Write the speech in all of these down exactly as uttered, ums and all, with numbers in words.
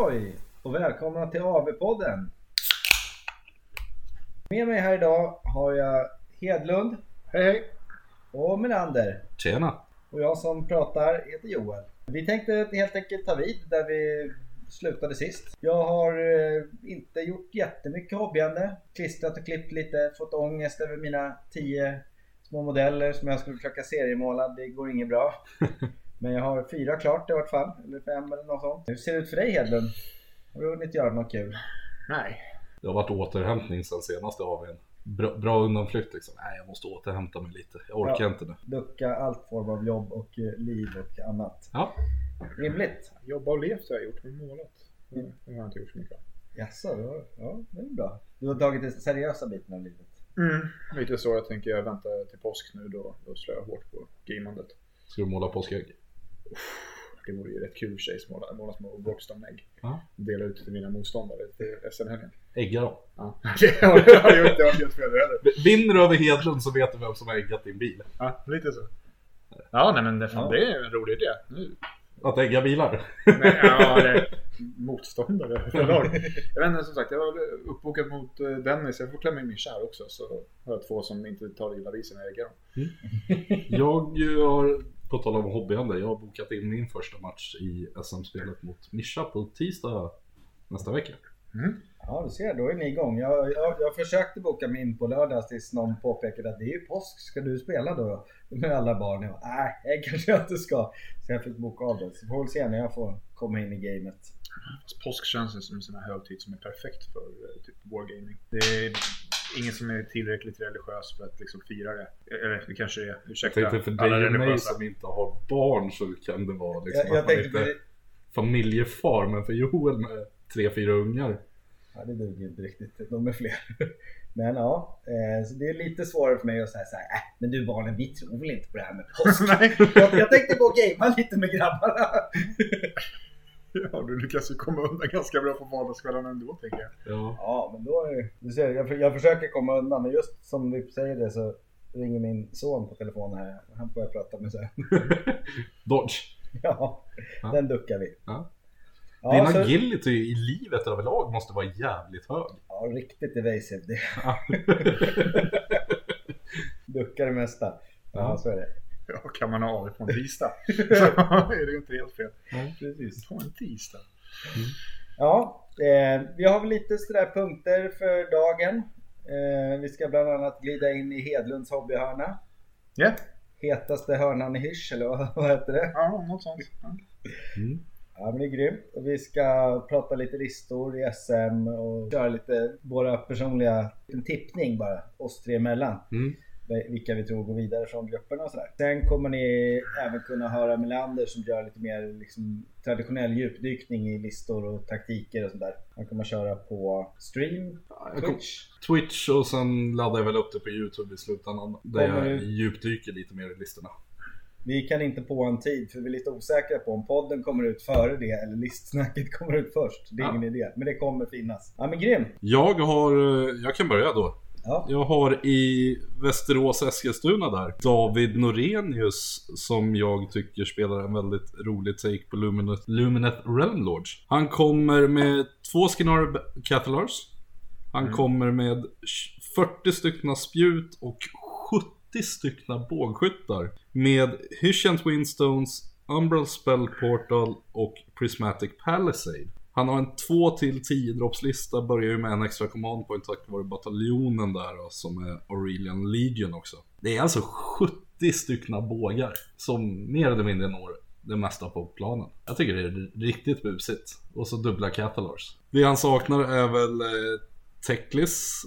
Ahoy och välkomna till A V-podden. Med mig här idag har jag Hedlund. Hej hej. Och Melander. Tjena. Och jag som pratar heter Joel. Vi tänkte helt enkelt ta vid där vi slutade sist. Jag har eh, inte gjort jättemycket hobbyande. Klistrat och klippt lite. Fått ångest över mina tio små modeller som jag skulle försöka seriemåla. Det går inget bra. Men jag har fyra klart i vart fall. Eller fem eller något sånt. Hur ser det ut för dig, Hedlund? Har du hunnit göra något kul? Nej. Det har varit återhämtning sen senaste A V:n. Bra, bra undanflykt liksom. Nej, jag måste återhämta mig lite. Jag orkar Ja, inte nu. Ducka allt form av jobb och eh, liv och annat. Ja. Rimligt. Jobba och levt har jag gjort, men målat. Det har jag inte gjort så mycket av. Jaså, då, ja, det är bra. Du har tagit den seriösa biten av livet. Mm. Lite så, jag tänker jag väntar till påsk nu, då, då slår jag hårt på gamandet. Ska du måla påskägg? Det vore ju rätt kul för sig, måla, måla små Wokstone-ägg. Ja. Dela ut till mina motståndare till S N-helgen. Ägga dem. Ja, det har jag inte varit helt fel heller. Vinner du över Hedlund så vet du vem som har äggat din bil. Ja, lite så. Ja, nej men det, fan, Ja. det är en rolig idé. Nu. Att ägga bilar. Men, ja, det är motståndare förlag. Jag vet inte, som sagt, jag var uppbokat mot Dennis. Jag får klämma in min kär också. Så har jag två som inte tar illa vid sig när jag äggar dem. Mm. Jag har, på tal om hobbyhandel, jag har bokat in min första match i S M-spelet mot Mischa på tisdag nästa vecka. Mm. Ja, du ser, då är ni igång. Jag, jag, jag försökte boka mig in på lördags tills någon påpekade att det är ju påsk. Ska du spela då? Med alla barn. Jag bara, nej, jag kanske inte ska. Så jag fick boka av det. Så får vi se när jag får komma in i gamet. Fast påsk känns det som en sån här högtid som är perfekt för typ wargaming. Det är ingen som är tillräckligt religiös för att liksom fira det. Eller det kanske är, ursäkta, Jag tänkte för dig och mig som inte har barn så kan det vara liksom Jag, jag att man tänkte inte på familjefar, men för Joel med tre, fyra ungar. Ja, det duger inte riktigt. De är fler. Men ja, eh, så det är lite svårare för mig att säga så här, äh, men du barnen, vi tror väl inte på det här med påsk. jag, jag tänkte gå och gamea lite med grabbarna. Ja, du lyckas ju komma undan ganska bra på vardagskvällen ändå, tänker jag. Ja. Ja, men då är det, du ser, jag, jag försöker komma undan, men just som vi säger det så ringer min son på telefonen här. Han får jag prata med sen. Dodge. Ja, Ja. Den duckar vi. Ja. Ja, Din så, agility i livet överlag måste vara jävligt hög. ja, riktigt evasive det. Duckar det mesta. Ja, Ja. så är det. Ja, kan man ha av det på en tisdag så är det ju inte helt fel. Ja. Precis. På en tisdag. Ja, eh, vi har väl lite sådär punkter för dagen. Eh, vi ska bland annat glida in i Hedlunds hobbyhörna. Ja, yeah. Hetaste hörnan i Hysch, eller vad, vad heter det? Ja, något sånt. Ja. Mm. Ja, men det är grymt. Och vi ska prata lite listor i S M och köra lite våra personliga, en tippning bara, oss tre emellan. Mm. Vilka vi tror går vidare från grupperna och sådär. Sen kommer ni även kunna höra Melander som gör lite mer liksom, traditionell djupdykning i listor och taktiker och sådär. Han kommer köra på stream, Ja, jag kom- Twitch. Twitch och sen laddar jag väl upp det på YouTube i slutändan. Där Kommer jag du- djupdyker lite mer i listorna. Vi kan inte på en tid för vi är lite osäkra på om podden kommer ut före det eller listsnacket kommer ut först. Det är Ja. ingen idé, men det kommer finnas. Ja, men grym. Jag har, jag kan börja då. Ja. Jag har i Västerås Eskilstuna där David Norenius som jag tycker spelar en väldigt rolig take på Lumineth, Lumineth Realm Lords. Han kommer med två Skinnar Cathalars. Han Mm. kommer med fyrtio stycken spjut och sjuttio stycken bågskyttar. Med Hyshant Windstones, Umbral Spell Portal och Prismatic Palisade. Han har en två till tio droppslista, börjar ju med en extra command point tack vare bataljonen där då, som är Aurelian Legion också. Det är alltså sjuttio stycken bågar som mer eller mindre når det mesta på planen. Jag tycker det är riktigt busigt. Och så dubbla Cathalars. Det han saknar är väl eh, Teklis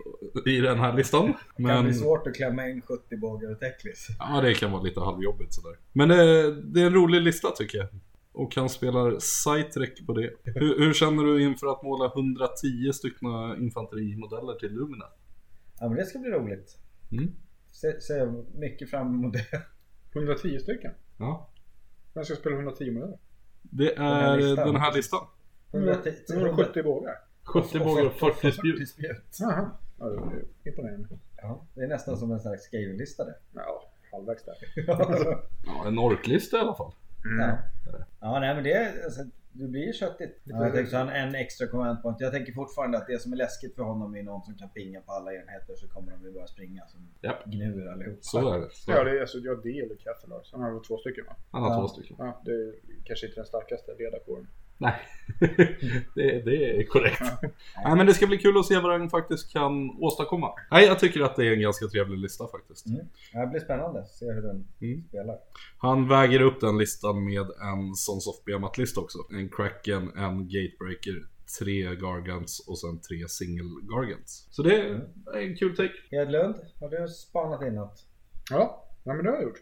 i den här listan. Det kan Men bli svårt att klämma in sjuttio bågar och Teklis. ja, det kan vara lite halvjobbigt sådär. Men det, det är en rolig lista tycker jag. Och han spelar sightrek på det. Hur, hur känner du inför att måla hundratio stycken infanterimodeller till Lumina? Ja, men det ska bli roligt. Mm. Se, ser mycket fram emot det. hundratio stycken. Ja. Vem ska spela hundratio modeller? Det Den här är listan. den här listan. hundrasjuttio bågar. sjuttio bågar och fyrtio spjut. spjut. Jaha. Ja, det är imponerande. Ja, det är nästan som en sån här scale-lista det. Ja, halvvägs där. Ja, en orklista i alla fall. Mm. Ja. Ja, nej men det, alltså, det blir ju köttigt. Ja, jag tänkte han en extra command point. Jag tänker fortfarande att det som är läskigt för honom är någon som kan pinga på alla enheter, så kommer de ju bara springa som Japp. gnur allihop. Så är det. Så är Ja, det. det är alltså, jag delar Cathalar. Så han har två stycken va? Han har Ja. två stycken. Ja, det är kanske inte den starkaste ledarkåren. Nej, det, det är korrekt. Nej, men det ska bli kul att se vad han faktiskt kan åstadkomma. Nej, jag tycker att det är en ganska trevlig lista faktiskt. Mm. Det blir spännande att se hur den Mm. spelar. Han väger upp den listan med en Sons of Behemoth-lista också. En Kraken, en Gatebreaker, tre Gargants och sen tre single Gargants. Så det är en kul take. Hedlund, har du spanat in något? Ja, ja men det har jag gjort.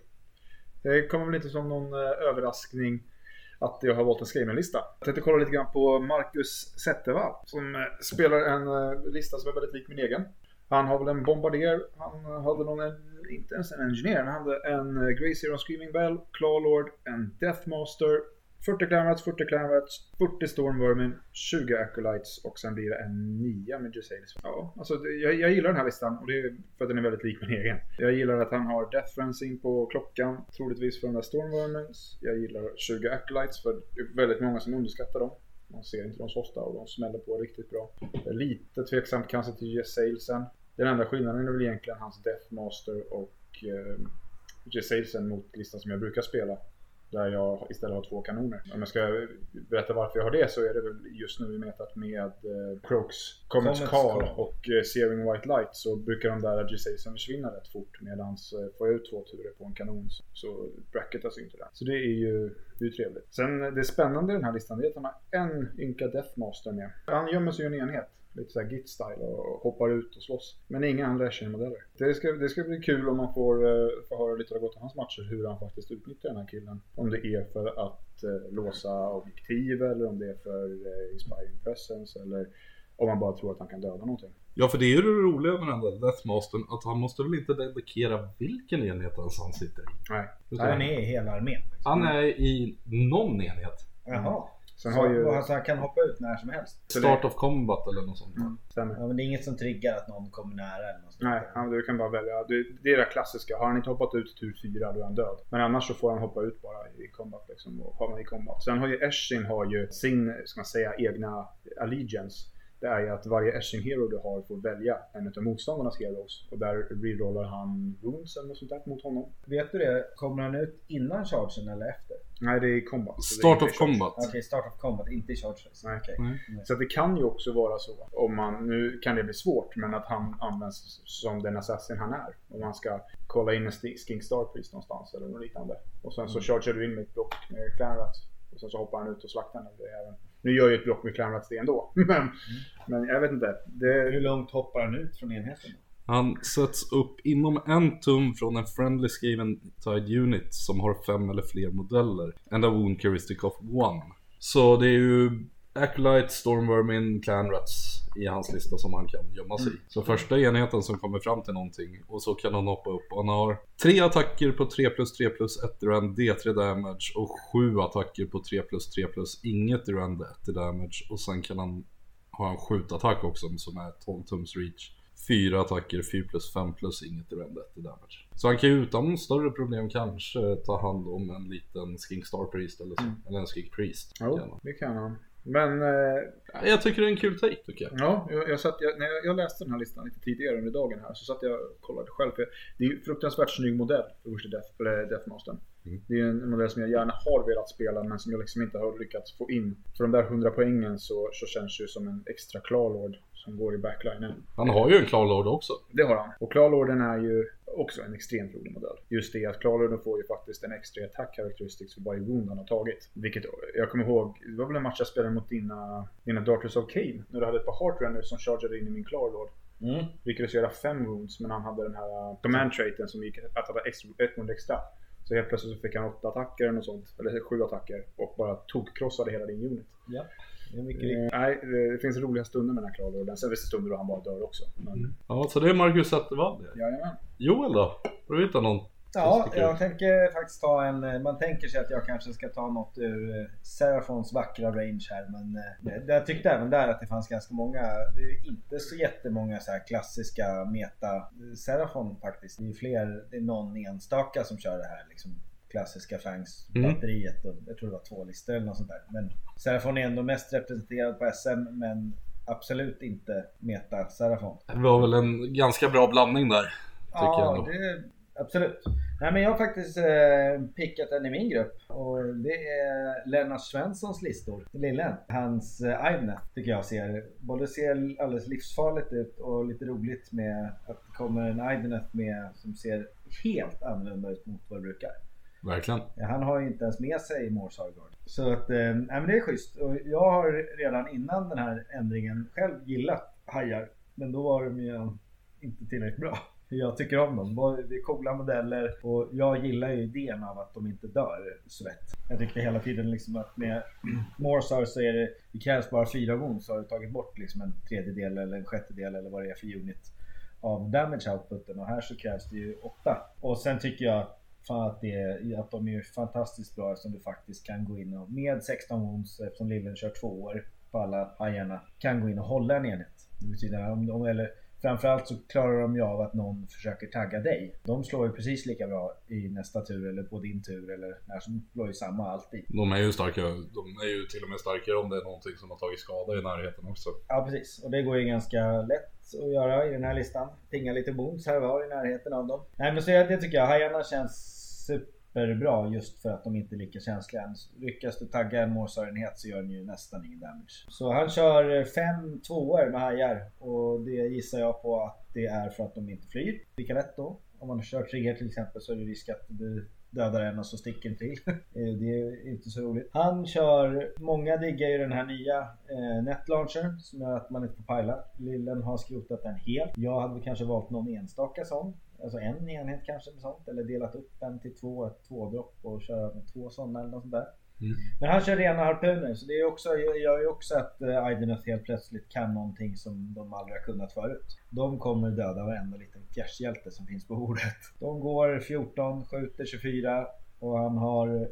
Det kommer väl inte som någon eh, överraskning att jag har valt en skriven-lista. Jag tänkte kolla lite grann på Marcus Zettervall som eh, spelar en eh, lista som är väldigt lik min egen. Han har väl en Bombardier, han hade någon, en, inte ens en Engineer, han hade en eh, Grazer on Screaming Bell, Clawlord, en Deathmaster, fyrtio Clanrats, fyrtio Clanrats, fyrtio Stormvermin, tjugo Acolytes och sen blir det en nia med Gisales. Ja, alltså det, jag, jag gillar den här listan och det är för att den är väldigt lik min egen. Jag gillar att han har Death Rensing på klockan, troligtvis för de där Stormvermins. Jag gillar tjugo Acolytes för det är väldigt många som underskattar dem. Man ser inte dem så ofta och de smäller på riktigt bra. Lite tveksamt kanske till Gisalesen. Den enda skillnaden är väl egentligen hans Deathmaster och eh, Gisalesen mot listan som jag brukar spela. Där jag istället har två kanoner. Om jag ska berätta varför jag har det så är det väl just nu metat med eh, Croaks, Comets Comets Call Call. och eh, Searing White Light, så brukar de där Gisalesen försvinna rätt fort medans eh, får jag ut två turer på en kanon så, så bracketas inte där. Så det är ju, det är ju trevligt. Sen eh, det spännande i den här listan är att han har en ynka Deathmaster med. Han gömmer sig i en enhet. Lite såhär Git-style och hoppar ut och slåss. Men inga andra Ashen-modeller. Det ska, det ska bli kul om man får, uh, får höra lite av hans matcher hur han faktiskt utnyttjar den här killen. Om det är för att uh, låsa objektiv eller om det är för uh, inspiring presence eller om man bara tror att han kan döda någonting. Ja, för det är ju det roliga med den där Deathmastern, att han måste väl inte dedikera vilken enhet han sitter i. Nej. Han är i hela armén. Han är i någon enhet. Jaha. Sen Så, har ju... alltså, han kan hoppa ut när som helst. Start of combat eller något sånt. Mm, stämmer. Ja, men det är inget som triggar att någon kommer nära eller något sånt. Nej, han, du kan bara välja. Det, det är det klassiska. Har han inte hoppat ut tur fyra då är han död. Men annars så får han hoppa ut bara i combat liksom, och har man i combat. Sen har ju Eshin har ju sin, ska man säga, egna allegiance. Det är ju att varje Eshin hero du har får välja en av motståndarnas heroes. Och där rerollar han wounds eller något sånt där mot honom. Vet du det? Kommer han ut innan chargen eller efter? Nej, det är i combat. så Start det är of inte i charge. combat. Okej, okay, start of combat, inte i charge race. Nej. Okay. Nej. Nej. Så att det kan ju också vara så, om man, nu kan det bli svårt, men att han används som den assassin han är. Om man ska kolla in en Skink Star Priest någonstans eller något liknande. Och sen så Mm. chargear du in med ett block med Clanrats. Och sen så hoppar han ut och slaktar den. Det är även... Nu gör ju ett block med Clanrats det ändå. men, Mm. men jag vet inte. Det... Hur långt hoppar han ut från enheten? Han sätts upp inom en tum från en friendly Skaven Tide unit som har fem eller fler modeller. And a wound characteristic of one. Så det är ju Acolyte, Stormvermin, Clanrats i hans lista som han kan gömma sig i. Så första enheten som kommer fram till någonting och så kan han hoppa upp. Han har tre attacker på tre plus tre plus ett rand D tre damage och sju attacker på tre plus tre plus inget rand ett damage. Och sen kan han ha en skjutattack också som är tolv tums reach. Fyra attacker, fyra plus fem plus inget rand ett damage. Så han kan ju utan större problem kanske ta hand om en liten Skink Star Priest eller så. Mm. Eller en Skink Priest. Jo, Gärna. det kan han. Men... Eh... Jag tycker det är en kul take tycker jag. Ja, jag, jag, satt, jag, när jag, jag läste den här listan lite tidigare under dagen här så satt jag och kollade själv. För det är ju fruktansvärt snygg modell för Wish Death, eller Deathmastern. Mm. Det är en modell som jag gärna har velat spela men som jag liksom inte har lyckats få in. För de där hundra poängen så, så känns det ju som en extra Clawlord som går i backlinen. Han har ju en Clawlord också. Det har han. Och Clawlorden är ju också en extremt rolig modell. Just det att Clawlorden får ju faktiskt en extra attack characteristics för varje wound han har tagit. Vilket jag kommer ihåg, det var väl en match jag spelade mot dina, dina Daughters of Cain. När du hade ett par Heartrenders som chargeade in i min Clawlord. Mm. Lyckades göra fem wounds men han hade den här uh, command traiten som gick att ha ett wound extra. Så helt plötsligt så fick han åtta attacker eller något sånt. Eller sju attacker. Och bara tog-krossade hela din unit. Ja, det är mycket Eh, riktigt. nej, det finns roliga stunder med den här Clawlorden. Sen finns det stunder då han bara dör också. Men, Ja, så det är Marcus Zettervall det. jajamän. Joel då? Har du hittat någon? Ja, sticker jag ut? tänker faktiskt ta en... Man tänker sig att jag kanske ska ta något ur eh, Seraphons vackra range här. Men eh, jag tyckte även där att det fanns ganska många... Det är inte så jättemånga så här klassiska meta Seraphon faktiskt. Det är fler, det är någon enstaka som kör det här liksom klassiska Fangs Mm. batteriet. Och jag tror det var två listor eller något sånt där. Men Seraphon är ändå mest representerad på S M, men absolut inte meta Seraphon. Det var väl en ganska bra blandning där, tycker jag Ja, ändå. det, absolut. Nej, men jag har faktiskt eh, pickat en i min grupp. Och det är Lennart Svenssons listor. Lillen. Hans eh, Ivnet tycker jag ser. Både ser alldeles livsfarligt ut och lite roligt med att det kommer en Ivnet med som ser helt annorlunda ut mot vad det brukar. Verkligen. Ja, han har ju inte ens med sig Morsargard. Så att, eh, nej, men det är schysst. Och jag har redan innan den här ändringen själv gillat hajar. Men då var de ju inte tillräckligt bra. Jag tycker om dem. Det är coola modeller och jag gillar ju idén av att de inte dör svett. Jag tycker hela tiden liksom att med Morsar så är det, det krävs bara fyra wounds, så har du tagit bort liksom en tredjedel eller en sjättedel eller vad det är för unit av damage outputen, och här så krävs det ju åtta. Och sen tycker jag fan att, det är, att de är fantastiskt bra eftersom du faktiskt kan gå in och med sexton wounds, eftersom Lillen kör två år på alla hajarna, kan gå in och hålla en enhet. Det betyder om de, eller framförallt så klarar de ju av att någon försöker tagga dig. De slår ju precis lika bra i nästa tur eller på din tur eller när som slår ju samma alltid. De är ju starka, de är ju till och med starkare om det är någonting som har tagit skada i närheten också. Ja, precis. Och det går ju ganska lätt att göra i den här listan. Pinga lite booms här var i närheten av dem. Nej, men så det tycker jag. Hajarna känns superbra just för att de inte är lika känsliga. Lyckas du tagga en Morsar-enhet så gör den ju nästan ingen damage. Så han kör fem tvåor med hajar och det gissar jag på att det är för att de inte flyr. Lika lätt då. Om man kör trigger till exempel så är det risk att du dödar en och så sticker en till. Det är inte så roligt. Han kör, många diggar ju den här nya eh, netlaunchern som gör att man inte får pila. Lillen har skrotat den helt. Jag hade kanske valt någon enstaka sån. Alltså en enhet kanske med sånt. Eller delat upp en till två, ett tvådropp och köra med två sådana eller något sånt där. Mm. Men han kör rena harpuner, så det är också, gör ju också att uh, Idoneth helt plötsligt kan någonting som de aldrig har kunnat förut. De kommer döda varenda liten fjärshjälte som finns på bordet. De går fjorton, skjuter tjugofyra och han har,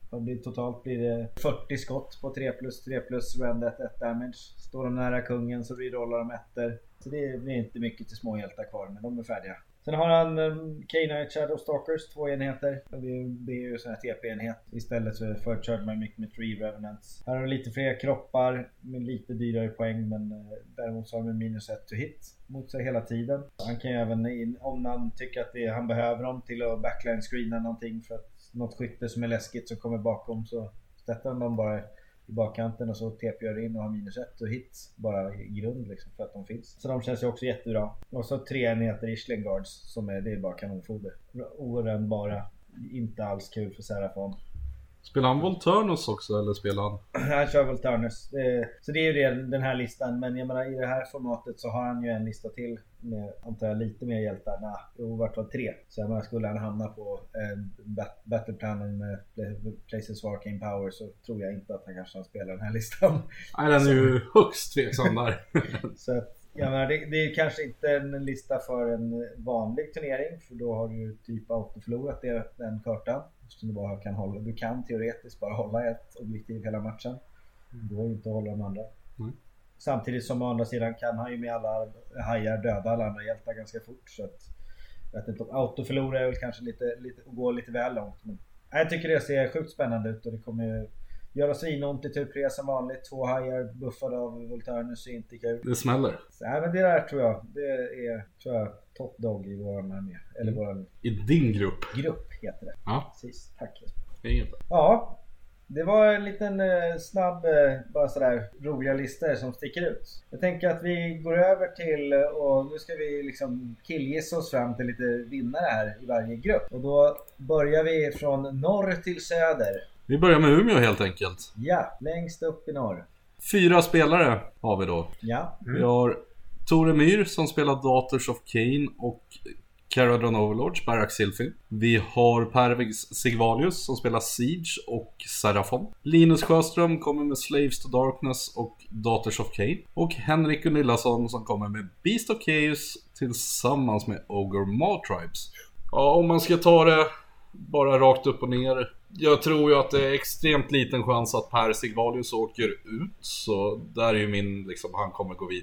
totalt blir det fyrtio skott på tre plus tre plus rend ett ett damage. Står de nära kungen så rerollar de ettor. Så det blir inte mycket till små hjältar kvar, men de är färdiga. Sen har han um, K-Knight Shadowstalkers, två enheter. Det, det är ju sån här T P-enhet. Istället så förkörde man mycket med Tree Revenants. Här har lite fler kroppar med lite dyrare poäng, men uh, däremot så har man minus ett to hit mot sig hela tiden. Han kan ju även, in, om han tycker att det är, han behöver dem till att backline screena någonting för att något skytte som är läskigt som kommer bakom, så sätter han dem bara i bakkanten och så T P gör in och har minus ett och hits bara i grund liksom för att de finns. Så de känns ju också jättebra. Och så tre enheter Ishling Guards som är, det är bara kanonfoder. Åren bara, inte alls kul för Seraphon. Spelar han Volturnus också eller spelar han? Han kör Volturnus. Så det är ju det, den här listan. Men jag menar i det här formatet så har han ju en lista till med, antar jag, lite mer hjältar. Nej, det var vart var tre. Så jag menar, skulle han hamna på eh, bat- Battleplanen med Places of Arcane Power så tror jag inte att han kanske spelar den här listan. Nej, den är ju högst tveksam där. Så att, jag menar, det, det är kanske inte en lista för en vanlig turnering, för då har du ju typ autoförlorat det, den kartan. Så du, bara kan hålla, du kan teoretiskt bara hålla ett objektiv hela matchen. Det går ju inte att hålla de andra. Mm. Samtidigt som å andra sidan kan han ju med alla hajar döda alla andra hjältar ganska fort. Så att, jag vet inte, autoförlora är väl kanske lite, lite, gå lite väl långt. Men jag tycker det ser sjukt spännande ut och det kommer göra svinont i tur tre som vanligt. Två hajar buffade av Volturnus är inte kul. Det smäller. Så, nej, men det där tror jag, det är tror jag, top dog i våran armé. Eller mm. våran... I din grupp? Grupp heter det. Ja. Precis, tack. Inget. Ja, det var en liten eh, snabb, eh, bara sådär roliga listor som sticker ut. Jag tänker att vi går över till, och nu ska vi liksom killgissa oss fram till lite vinnare här i varje grupp. Och då börjar vi från norr till söder. Vi börjar med Umeå helt enkelt. Ja, längst upp i norr. Fyra spelare har vi då. Ja. Mm. Vi har Tore Myr som spelar Daughters of Cain och Caradron Overlords, Barak Silfin. Vi har Pervix Sigvalius som spelar Siege och Seraphon. Linus Sjöström kommer med Slaves to Darkness och Daughters of Cain. Och Henrik Gunillasson som kommer med Beast of Chaos tillsammans med Ogre Maw Tribes. Ja, om man ska ta det bara rakt upp och ner. Jag tror ju att det är extremt liten chans att Per Sigvalius åker ut. Så där är ju min, liksom, han kommer gå vidare.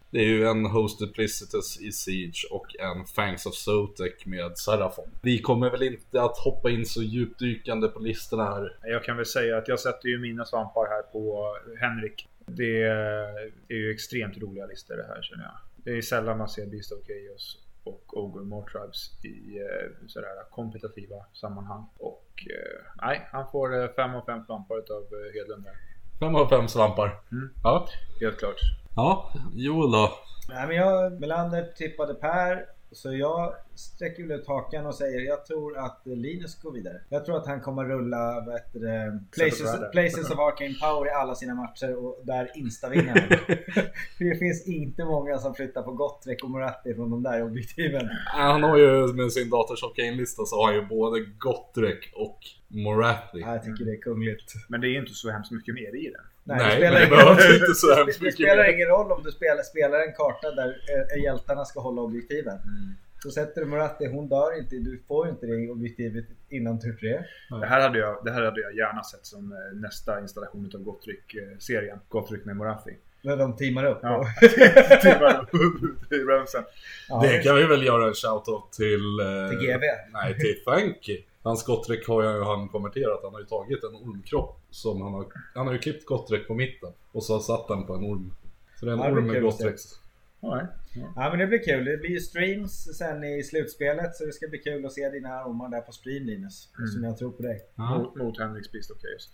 Det är ju en Hosted Plicitous i Siege och en Fangs of Sotek med Seraphon. Vi kommer väl inte att hoppa in så djupdykande på listorna här. Jag kan väl säga att jag sätter ju mina svampar här på Henrik. Det är ju extremt roliga listor det här, känner jag. Det är sällan man ser Beast of Chaos och Ogre More Tribes i sådär kompetitiva sammanhang. Och nej, han får fem av fem svampar utav Hedlund där. Fem av fem svampar. Mm. Ja, helt klart. Ja, Joel då? Nej, men jag, Melander tippade Per, så jag sträcker väl ut hakan och säger jag tror att Linus går vidare. Jag tror att han kommer rulla vad heter det, Places, Places of Arcane Power i alla sina matcher och där instavinnar han. Det finns inte många som flyttar på Gottrek och Moratti från de där objektiven. Han har ju med sin Dators Arcane-lista så har han ju både Gottrek och Moratti. Ja, jag tycker det är kungligt. Men det är inte så hemskt mycket mer i den. Nej, Nej, det spelar, det ingen, behövs inte så hemskt det mycket spelar mer. ingen roll om du spelar, spelar en karta där eh, hjältarna ska hålla objektiven. Mm. Så sätter du Moratti, hon dör inte, du får inte det objektivet innan tur tre. Det här hade jag, det här hade jag gärna sett som nästa installation av Gottrek-serien. Gottrek med Moratti. När de teamar upp. Ja, teamar upp i Ramsen. Ja. Det kan vi väl göra en shoutout till... Eh, till G V? Nej, till Funky. Hans Gottrek har ju han konverterat. Han har ju tagit en ormkropp som han har... Han har ju klippt Gottrek på mitten och så har satt den på en orm. Så det är en ja, orm med Gottrek. Ja, ja. ja, men det blir kul. Det blir ju streams sen i slutspelet, så det ska bli kul att se dina ormar där på stream, Linus. Mm. Som jag tror på dig. Ja. Mot, mot Henriks Beast of Chaos.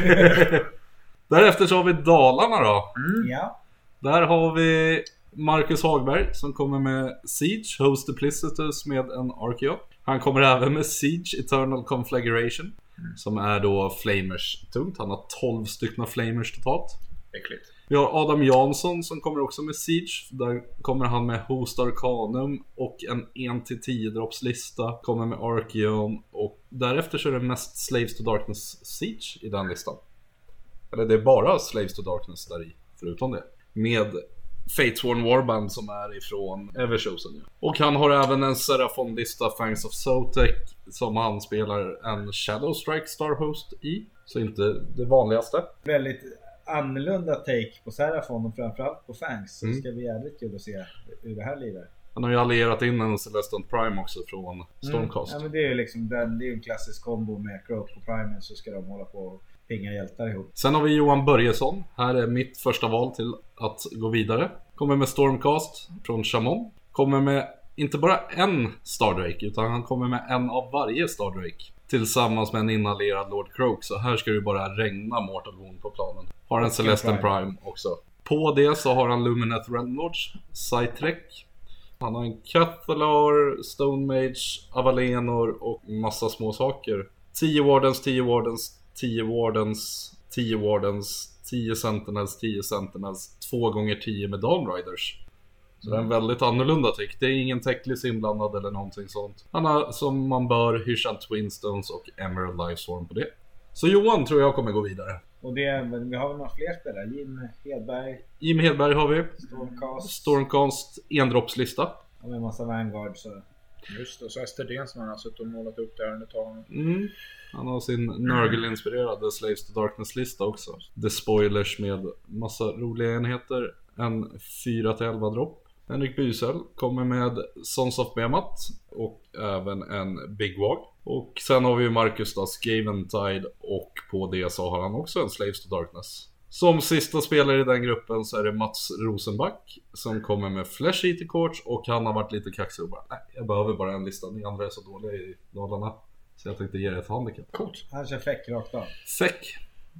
Därefter så har vi Dalarna då. Mm. Ja. Där har vi Marcus Hagberg som kommer med Siege, Hosted Plicitous med en Archeon. Han kommer även med Siege Eternal Conflagration, mm. som är då Flamers tungt. Han har tolv stycken Flamers totalt. Äckligt. Vi har Adam Jansson som kommer också med Siege. Där kommer han med Host Arcanum och en ett till tio droppslista. Kommer med Archeon. Och därefter så är det mest Slaves to Darkness Siege i den listan. Eller det är bara Slaves to Darkness där i, förutom det. Med Fatesworn Warband som är ifrån Everchosen. Och han har även en Seraphon-lista, Fangs of Sotek, som han spelar en Shadow Strike Starhost i. Så inte det vanligaste. Väldigt annorlunda take på Seraphon och framförallt på Fangs. Så mm. ska bli jävligt kul att se hur det här lider. Han har ju allierat in en Celestant Prime också från Stormcast. Mm. Ja, men det är ju liksom den, det är en klassisk kombo med Croak och Primen, så ska de hålla på och pinga hjältar ihop. Sen har vi Johan Börjesson. Här är mitt första val till att gå vidare. Kommer med Stormcast från Chamon. Kommer med inte bara en Stardrake, utan han kommer med en av varje Stardrake. Tillsammans med en inallerad Lord Croak. Så här ska det bara regna Mortal Wound på planen. Har en Celestant Prime. Prime också. På det så har han Lumineth Realmlords, Sightrek. Han har en Cathalar, Stone Mage, Avalenor och massa små saker. tio Wardens, tio Wardens, tio Wardens, tio Wardens, tio Sentinels, tio Sentinels, två gånger tio med Dawnriders. Så mm. det är en väldigt annorlunda tech. Det är ingen techlist inblandad eller någonting sånt. Han har som man bör Hyshant Twinstones och Emerald Lifestorm på det. Så Johan tror jag kommer gå vidare. Och det, vi har väl några fler spelare. Jim Hedberg. Jim Hedberg har vi. Stormcast. Stormcast endroppslista. Och med en massa Vanguard så... Just det, så Esterdén som han har suttit och målat upp där under taget. Mm. Han har sin Nurgle-inspirerade Slaves to Darkness-lista också. The Spoilers med massa roliga enheter. En fyra till elva dropp. Henrik Bysel kommer med Sons of Behemoth och även en Big Wag. Och sen har vi Marcus då, Skaventide, och på det så har han också en Slaves to Darkness. Som sista spelare i den gruppen så är det Mats Rosenback som kommer med Flesh Eater Courts, och han har varit lite kaxig och bara, nej, jag behöver bara en lista, ni andra är så dåliga i Dalarna. Så jag tänkte ge er ett handicap. Coolt. Han kör Feck rakt av. Feck.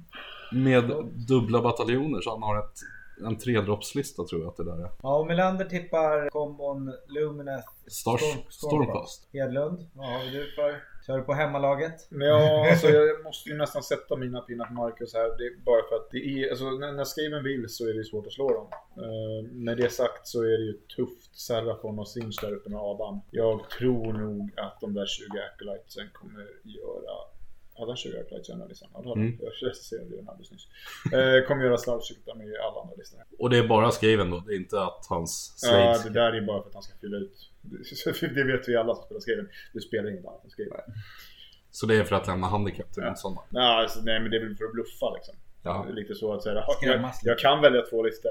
Med dubbla bataljoner, så han har ett, en tredroppslista tror jag att det där är. Ja, och Melander tippar kombon Lumineth Stars, Storm, Stormcast. Hedlund, vad har du för? Kör du på hemmalaget? Ja, alltså jag måste ju nästan sätta mina pinnar på Marcus här. Det är bara för att det är, alltså när, när Skaven vill så är det svårt att slå dem. Uh, när det är sagt så är det ju tufft Seraphon och Sinch där uppe med Adam. Jag tror nog att de där tjugo Acolytesen kommer göra... Ja, den tjugo Acolytesen är liksom. Ja, mm. Jag recenserade det den alldeles nyss. Uh, kommer göra slarvcyklar med alla andra listor. Och det är bara Skaven då? Det är inte att hans slaves... Ja, det där är bara för att han ska fylla ut. Det vet vi alla som spelar Skaven. Det spelar inget annat än Skaven. Så det är för att lämna handikapp till en sån? Ja, alltså, nej, men det är väl för att bluffa liksom. Ja. Lite så att säga, jag, jag kan välja två listor.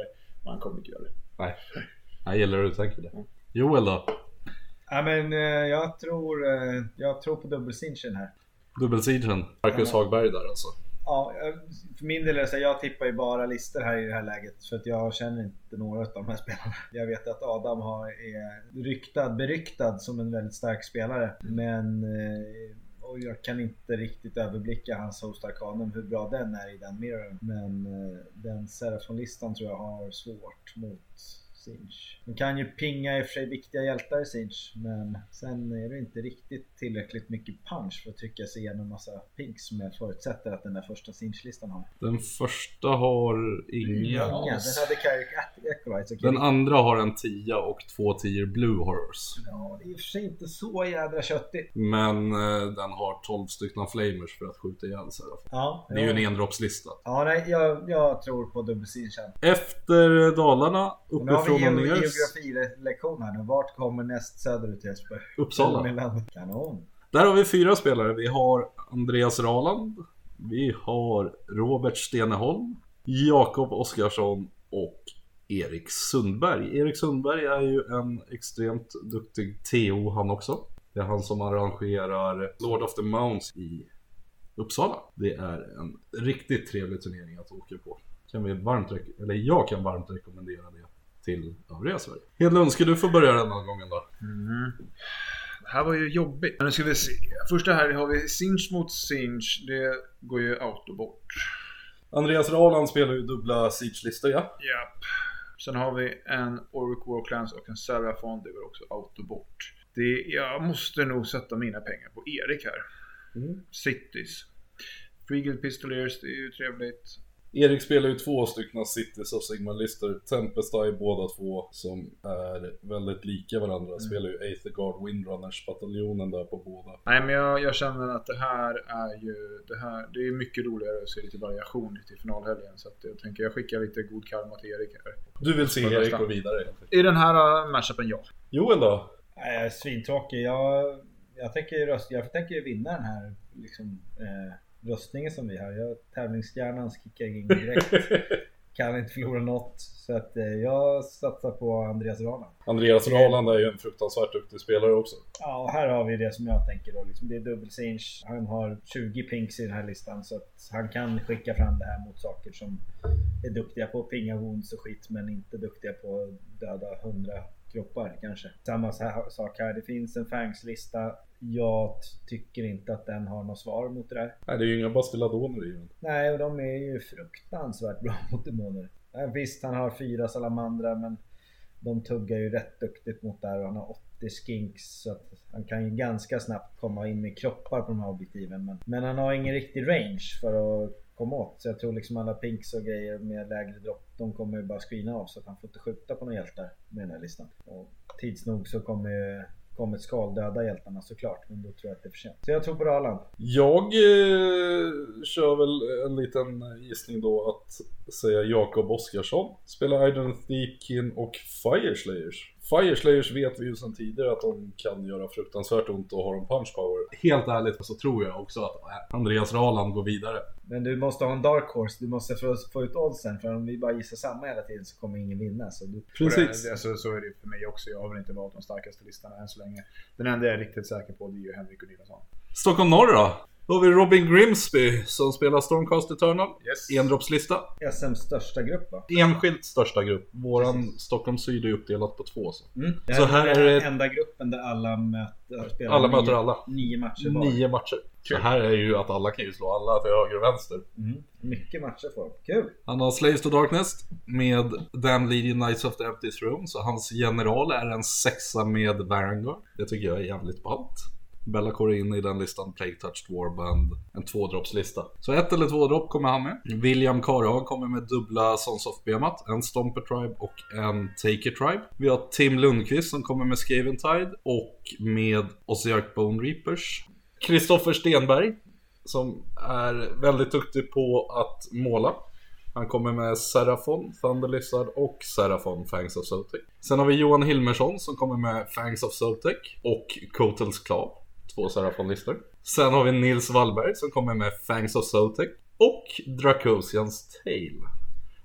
Han kommer inte göra det. Nej, jag gillar hur du tänker det. Joel då? Ja, men eh, jag tror eh, jag tror på dubbelsinchen här. Dubbelsiegen. Marcus Ja. Hagberg där alltså. Ja, jag- för min del är det så här, jag tippar ju bara listor här i det här läget för att jag känner inte några av de här spelarna. Jag vet att Adam har, är ryktad, beryktad som en väldigt stark spelare, men eh, och jag kan inte riktigt överblicka hans host arcanum, hur bra den är i den mirrorn. Men eh, den Seraphon-listan tror jag har svårt mot Sinch. Man kan ju pinga i och för sig viktiga hjältar i Sinch, men sen är det inte riktigt tillräckligt mycket punch för att trycka sig igenom massa pinks som jag förutsätter att den där första Sinch-listan har. Den första har inga. Inga, den hade Carrick Acolyte. Den andra har en tia och två tior Blue Horrors. Ja, det är i och för sig inte så jädra köttigt. Men eh, den har tolv stycken flamers för att skjuta ihjäl sig. Ja, Det är ju en endroppslista. Ja, nej, jag, jag tror på dubbelsinchen. Efter Dalarna, Och nu har vi uppifrån och ge- ner. geografilektion här nu. Vart kommer näst söderut Jesper? Uppsala. Kanon. Där har vi fyra spelare. Vi har Andreas Raland. Vi har Robert Steneholm, Jakob Oskarsson och Erik Sundberg. Erik Sundberg är ju en extremt duktig T O han också. Det är han som arrangerar Lord of the Mounts i Uppsala. Det är en riktigt trevlig turnering att åka på. Kan vi varmt rek- eller jag kan varmt rekommendera det till övriga Sverige. Hedlund, ska du få börja den här gången då? Mm. Det här var ju jobbigt. Men nu ska vi se. Första här har vi Sinch mot Sinch. Det går ju auto bort. Andreas Raland spelar ju dubbla Siege-listor, ja. Japp. Sen har vi en Orc Warclans och en Seraphon. Det går också auto bort. Det, jag måste nog sätta mina pengar på Erik här. Mm. Cities. Freeguild Pistoliers, det är ju trevligt. Erik spelar ju två stycken Cities och Sigmar-listor. Tempesta är båda två som är väldigt lika varandra. Mm. Spelar ju Aethergard Windrunners-bataljonen där på båda. Nej, men jag, jag känner att det här är ju det här, det är mycket roligare att se lite variation till finalhelgen. Så att jag tänker jag skickar lite god karma till Erik här. Du vill se Erik gå vidare? I den här uh, matchupen, ja. Joel då? Nej, jag är svintråkig. Jag, jag tänker röst, jag tänker vinna den här liksom, eh, röstningen som vi har. Jag tävlingshjärnan kickar in direkt. Kan inte förlora något. Så att eh, jag satsar på Andreas Raland. Andreas Raland är ju en fruktansvärt duktig spelare också. Ja, här har vi det som jag tänker då. Liksom, det är dubbelsinch. Han har tjugo pinks i den här listan. Så att han kan skicka fram det här mot saker som är duktiga på pinga wounds och skit. Men inte duktiga på att döda hundra kroppar kanske. Samma sak här. Det finns en fangslista. Jag tycker inte att den har något svar mot det där. Nej, det är ju inga bastiladoner i den. Nej, och de är ju fruktansvärt bra mot demoner. Ja, visst, han har fyra salamandra, men de tuggar ju rätt duktigt mot där. Och han har åttio skinks, så att han kan ju ganska snabbt komma in med kroppar på de här objektiven. Men, men han har ingen riktig range för att komma åt. Så jag tror liksom alla pinks och grejer med lägre dropp, de kommer ju bara screena av. Så att han får inte skjuta på några hjältar med den här listan. Och tids nog så kommer ju kommer skaldöda hjältarna såklart, men då tror jag att det är för sent. Så jag tror på Raland. Jag eh, kör väl en liten gissning då att säga Jakob Oskarsson. Spelar Iron Thiekin och Fireslayers. Fireslayers vet vi ju sedan tidigare att de kan göra fruktansvärt ont och har en punch power. Helt ärligt så tror jag också att Andreas Raland går vidare. Men du måste ha en dark horse, du måste få, få ut oddsen, för om vi bara gissar samma hela tiden så kommer ingen vinna. Så du... Precis. Det, alltså, så är det för mig också. Jag har väl inte valt de starkaste listorna än så länge. Den enda jag är riktigt säker på, det är ju Henrik Odilsson. Stockholm norr då? Då har vi Robin Grimsby som spelar Stormcast Eternal. Yes. Endroppslista. S M:s största grupp va? Enskilt största grupp. Våran Stockholm Syd är uppdelat på två. Så, Mm. Det här, så här är är den det... enda gruppen där alla möter, spelar Alla nio, möter alla. nio matcher var. Nio matcher. Så här är ju att alla kan ju slå alla till höger och vänster. Mm. Mycket matcher för dem. Kul! Han har Slaves to Darkness med Damn Leading Knights of the Empty Throne. Så hans general är en sexa med Varangard. Det tycker jag är jävligt ballt. Bellacore in i den listan, Plague Touched Warband, en tvådroppslista. Så ett eller två dropp kommer han med. William Karhag kommer med dubbla Sons of Behemoth, en Stomper Tribe och en Taker Tribe. Vi har Tim Lundqvist som kommer med Skaventide och med Ossiark Bone Reapers. Kristoffer Stenberg som är väldigt duktig på att måla. Han kommer med Seraphon, Thunder Lizard och Seraphon, Fangs of Sotek. Sen har vi Johan Hilmersson som kommer med Fangs of Sotek och Kotels Claw. Två Seraphon-listor. Sen har vi Nils Wallberg som kommer med Fangs of Sotek och Drakosians Tail.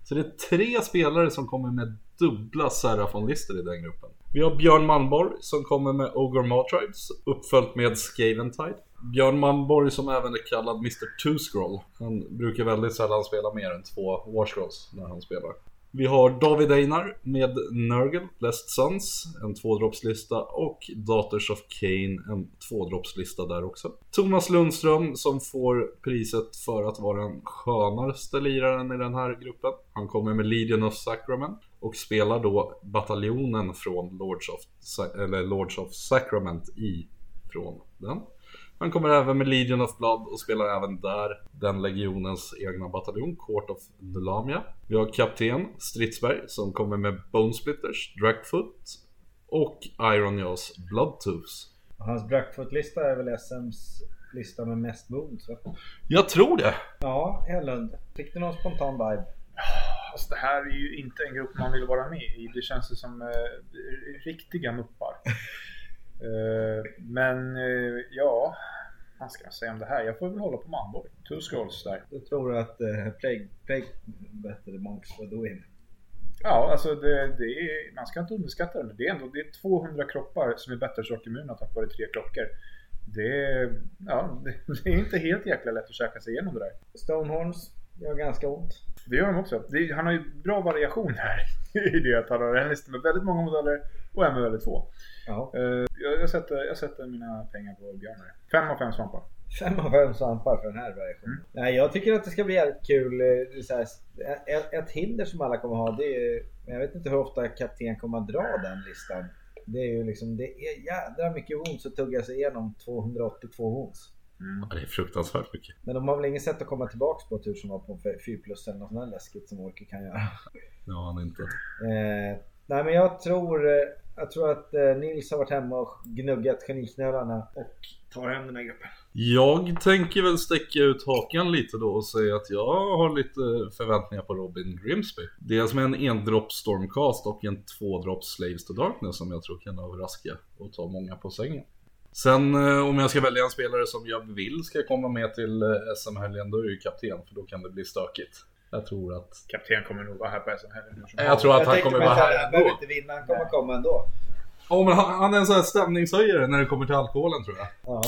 Så det är tre spelare som kommer med dubbla Seraphon-listor i den gruppen. Vi har Björn Malmborg som kommer med Ogre Matribes, uppföljt med Skaventide. Björn Malmborg som även är kallad mister Two-Scroll. Han brukar väldigt sällan spela mer än två War Scrolls när han spelar. Vi har David Einar med Nurgle, Blessed Sons, en tvådroppslista, och Daughters of Cain, en tvådroppslista där också. Thomas Lundström som får priset för att vara den skönaste liraren i den här gruppen. Han kommer med Legion of Sacrament och spelar då bataljonen från Lords of, eller Lords of Sacrament i från den. Han kommer även med Legion of Blood och spelar även där den legionens egna bataljon, Court of Nulamia. Vi har kapten Stridsberg som kommer med Bonesplitters, Dragfoot och Iron Jaws Bloodtooths. Hans Dragfoot-lista är väl S M:s lista med mest wounds, va? Jag tror det. Ja, Hellund. Fick du någon spontan vibe? Alltså, det här är ju inte en grupp man vill vara med i. Det känns ju som eh, riktiga muppar. uh, men uh, ja, vad ska jag säga om det här? Jag får väl hålla på Malmborg. Two Scrolls där. Du tror att uh, Plague, Plague better the monks for doing? Ja, alltså det, det är, man ska inte underskatta det. Det är ändå det är tvåhundra kroppar som är bättre sortimmuna tack vare tre klockor. Det är, ja, det, det är inte helt jäkla lätt att käka sig igenom det där. Stonehorns gör ganska ont. Det gör de också. Det, han har ju bra variation här i det att han har en lista med väldigt många modeller och en med väldigt få. Ja. Uh, jag, jag, sätter, jag sätter mina pengar på björnar. Fem av fem svampar. Fem av fem svampar för den här variationen. Mm. Nej, jag tycker att det ska bli jävligt kul. Så här, ett, ett hinder som alla kommer ha, det är, jag vet inte hur ofta kapten kommer att dra den listan. Det är ju liksom, det är jädra mycket wounds att tugga sig igenom tvåhundraåttiotvå wounds. Mm. Ja, det är fruktansvärt mycket. Men de har väl inget sätt att komma tillbaka på tur som var på fyra plus eller något sånt där läskigt som Orker kan göra. Ja, han inte. Eh, nej, men jag tror, jag tror att eh, Nils har varit hemma och gnuggat geniknölarna och tar hem den här gruppen. Jag tänker väl sticka ut hakan lite då och säga att jag har lite förväntningar på Robin Grimsby. Dels med en endropp Stormcast och en tvådropp Slaves to Darkness som jag tror kan överraska och ta många på sängen. Sen om jag ska välja en spelare som jag vill ska komma med till S M-helgen, då är det ju kapten, för då kan det bli stökigt. Jag tror att... Kapten kommer nog vara här på S M-helgen. Jag, jag tror att jag han kommer vara här ändå. Han behöver inte vinna, han kommer komma ändå. Ja, men han, han är en sån här stämningshöjare när det kommer till alkoholen, tror jag. Ja.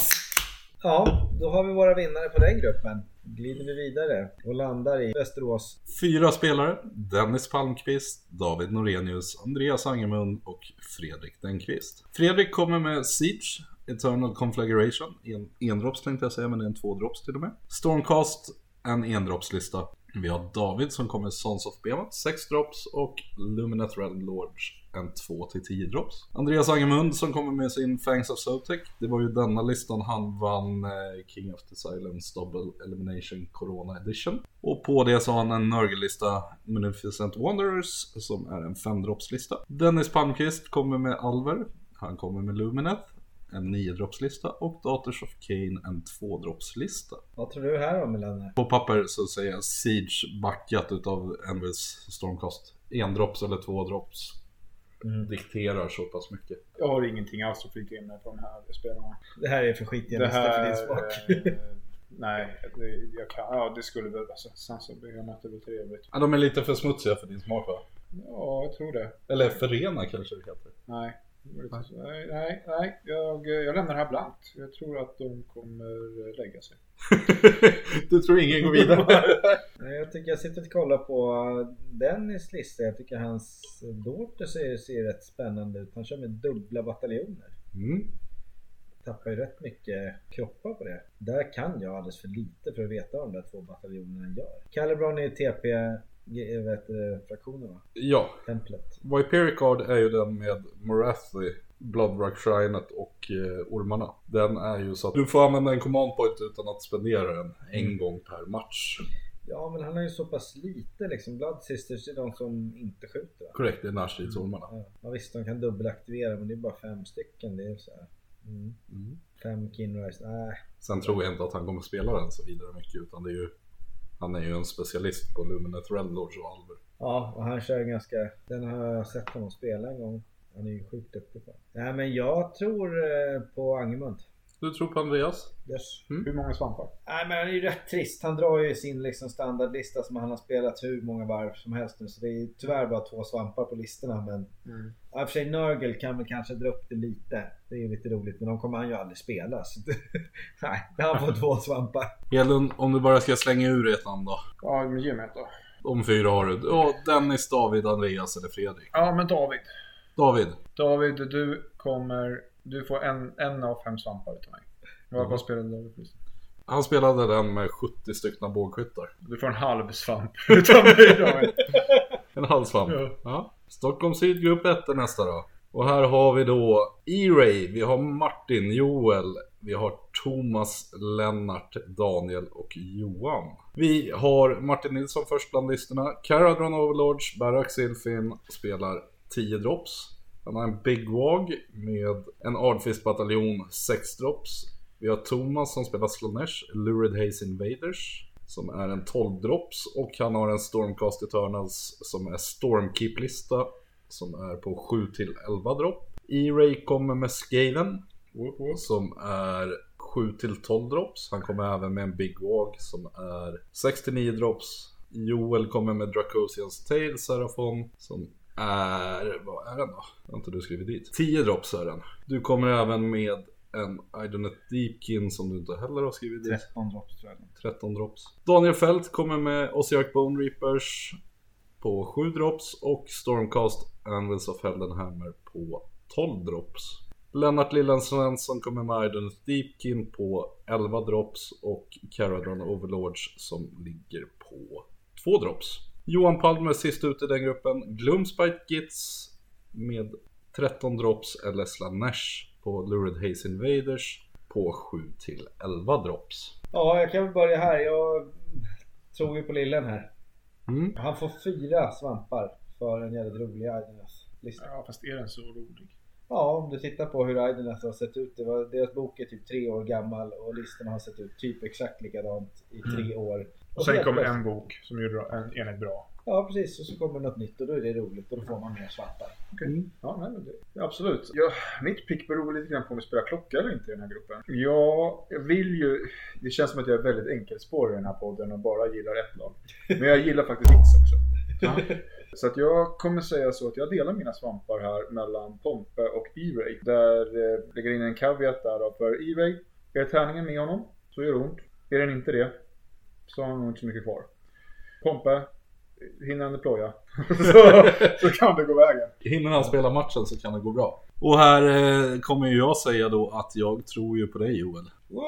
Ja, då har vi våra vinnare på den gruppen. Glider vi vidare och landar i Västerås. Fyra spelare: Dennis Palmqvist, David Norenius, Andreas Angermund och Fredrik Denqvist. Fredrik kommer med Siege, Eternal Conflagration, en endropps tänkte jag säga, men det är en tvådropps till och med. Stormcast, en endroppslista. Vi har David som kommer med Sons of Behemoth, sex drops, och Lumineth Red Lords, en två till tio drops. Andreas Angermund som kommer med sin Fangs of Sotek. Det var ju denna listan han vann eh, King of the Silence Double Elimination Corona Edition. Och på det så har han en Nurgle-lista, Magnificent Wanderers, som är en fem-droppslista. Dennis Palmqvist kommer med Alver. Han kommer med Lumineth, en nio-droppslista, och Daughters of Cain, en två-droppslista. Vad tror du här om, Melanie? På papper så säger jag Siege backat utav Envils Stormcast. En dropps eller två drops mm. dikterar så pass mycket. Jag har ingenting alls att flika in med på den här spelarna. Det här är för skit i en lista för din smak. Eh, nej, det, jag kan, ja, det skulle väl, alltså, sen så blir jag möter väl trevligt. Ja, de är lite för smutsiga för din smak, va? Ja, jag tror det. Eller förena kanske det heter. Nej. Nej, nej, nej. Jag, jag lämnar det här blankt. Jag tror att de kommer lägga sig. Du tror ingen går vidare? Nej, jag tycker jag sitter och kollar på Dennis lista. Jag tycker hans Daughter ser, ser rätt spännande ut. Han kör med dubbla bataljoner. Mm. Tappar ju rätt mycket kroppar på det. Där kan jag alldeles för lite för att veta vad de där två bataljonerna gör. Calibron är T P... vet du, fraktionerna? Ja. Templet. Viperic Card är ju den med Morathi, Bloodrock Shrinet och eh, ormarna. Den är ju så att du får använda en command point utan att spendera den en mm. gång per match. Ja, men han har ju så pass lite liksom. Blood Sisters är de som inte skjuter. Korrekt, det är närstridsormarna. Ja. Ja, visst, de kan dubbelaktivera, men det är bara fem stycken. Det är så här. Mm. Mm. Fem Kinrise, nej. Sen tror jag inte att han kommer spela den så vidare mycket, utan det är ju, han är ju en specialist på Lumineth Red Lords och Alver. Ja, och han kör ganska, den har jag sett honom spela en gång. Han är ju sjukt duktig på. Nej, men jag tror på Angermund. Du tror på Andreas? Yes. Mm. Hur många svampar? Nej, men han är ju rätt trist. Han drar ju sin liksom standardlista som han har spelat hur många varv som helst nu. Så det är tyvärr bara två svampar på listorna. Men mm. ja, för sig Nurgle kan väl kanske dra upp det lite. Det är ju lite roligt, men de kommer han ju aldrig spela. Så nej, han får två svampar. Hedlund, om du bara ska slänga ur ett namn då. Ja, men ge mig ett då. De fyra har du. Ja, Dennis, David, Andreas eller Fredrik. Ja, men David. David. David, du kommer... Du får en, en av fem svampar utav mig. Vad mm. spelade David på listan? Han spelade den med sjuttio stycken bågskyttar. Du får en halv svamp utav mig, David. En halv svamp. Ja. Ja. Stockholm Syd grupp ett är nästa då. Och här har vi då E-Ray, vi har Martin, Joel, vi har Thomas, Lennart, Daniel och Johan. Vi har Martin Nilsson först bland listorna. Caradron Overlords, Barak Silfin spelar tio drops. Han har en Big Wog med en Ardfist bataljon sex drops. Vi har Thomas som spelar Slanesh, Lurid Haze Invaders som är en tolv drops. Och han har en Stormcast Eternals som är Stormkeep-lista som är på sju till elva dropp. E-Ray kommer med Skaven som är sju till tolv drops. Han kommer även med en Big Wog som är sex till nio drops. Joel kommer med Dracosians Tail Seraphon som är, vad är den då? Jag har inte du skrivit dit. tio drops är den. Du kommer även med en Idoneth Deepkin som du inte heller har skrivit dit. tretton drops tror jag. tretton drops. Daniel Fält kommer med Ossiarch Bone Reapers på sju drops och Stormcast Anvils of Heldenhammer på tolv drops. Lennart Lillan Svensson kommer med Idoneth Deepkin på elva drops och Caradron Overlords som ligger på två drops. Johan Palmer sist ut i den gruppen. Gloomspite Gits med tretton drops eller Slanesh på Lurid Haze Invaders på sju till elva drops. Ja, jag kan väl börja här. Jag tror ju på Lillen här. Mm. Han får fyra svampar för en jävligt rolig Idoneth-lista. Ja, fast är den så rolig? Ja, om du tittar på hur Idoneth har sett ut. Det var, deras bok är typ tre år gammal och listorna har sett ut typ exakt likadant i tre mm. år. Och, och sen kommer en bok som gör en enhet bra. Ja, precis. Och så kommer något nytt och då är det roligt och då får man mer svampar. Okej. Okay. Mm. Ja, nej, det, ja, absolut. Ja, mitt pick beror lite grann på om vi spelar klocka eller inte i den här gruppen. Ja, jag vill ju... Det känns som att jag är väldigt enkelspårig i den här podden och bara gillar ett lag. Men jag gillar faktiskt hits också. Ja. Så att jag kommer säga så att jag delar mina svampar här mellan Pompe och E-Ray. Där eh, lägger in en caveat där då för E-Ray. Är tärningen med honom så gör det ont. Är den inte det så har han nog inte så mycket kvar. Pompe, hinner han deploya så, så kan det gå vägen. Hinner han spela matchen så kan det gå bra. Och här eh, kommer ju jag säga då att jag tror ju på dig, Joel.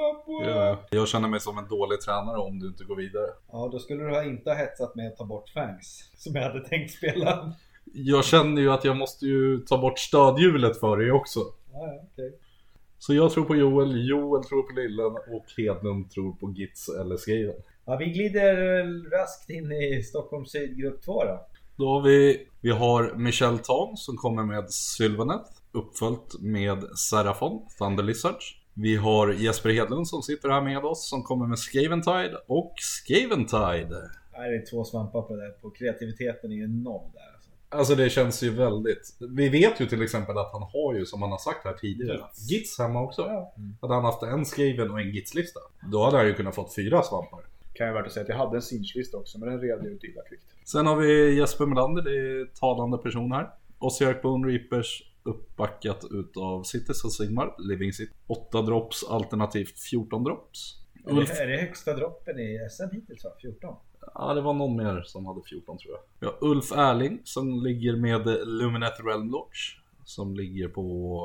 Ja, jag känner mig som en dålig tränare om du inte går vidare. Ja, då skulle du ha inte ha hetsat med att ta bort Fangs som jag hade tänkt spela. Jag känner ju att jag måste ju ta bort stödhjulet för dig också. Ja, okej. Okay. Så jag tror på Joel, Joel tror på Lillen och Hedlund tror på Gits eller Skaven. Ja, vi glider raskt in i Stockholm Syd grupp två då. Då har vi, vi har Michel Ton som kommer med Sylvaneth, uppföljt med Seraphon, Thunder Lizards. Vi har Jesper Hedlund som sitter här med oss som kommer med Skaventide och Skaventide. Nej, det är två svampar på det. På kreativiteten är ju noll där. Alltså. alltså det känns ju väldigt... Vi vet ju till exempel att han har ju, som han har sagt här tidigare, Gits, Gits hemma också. Ja. Mm. Hade han haft en Skaven och en Gits-lista, då hade han ju kunnat fått fyra svampar. Kan jag värt att säga att jag hade en Sinch-lista också, men den red ut illa kvickt. Sen har vi Jesper Melander, det är talande person här. Ossiarch Bone Reapers uppbackat utav Cities och Sigmar, Living City. åtta drops alternativt fjorton drops. Är det, är det högsta droppen i S M hittills, va? fjorton? Ja, det var någon mer som hade fjorton tror jag. Vi har Ulf Erling som ligger med Lumineth Realm Lodge, som ligger på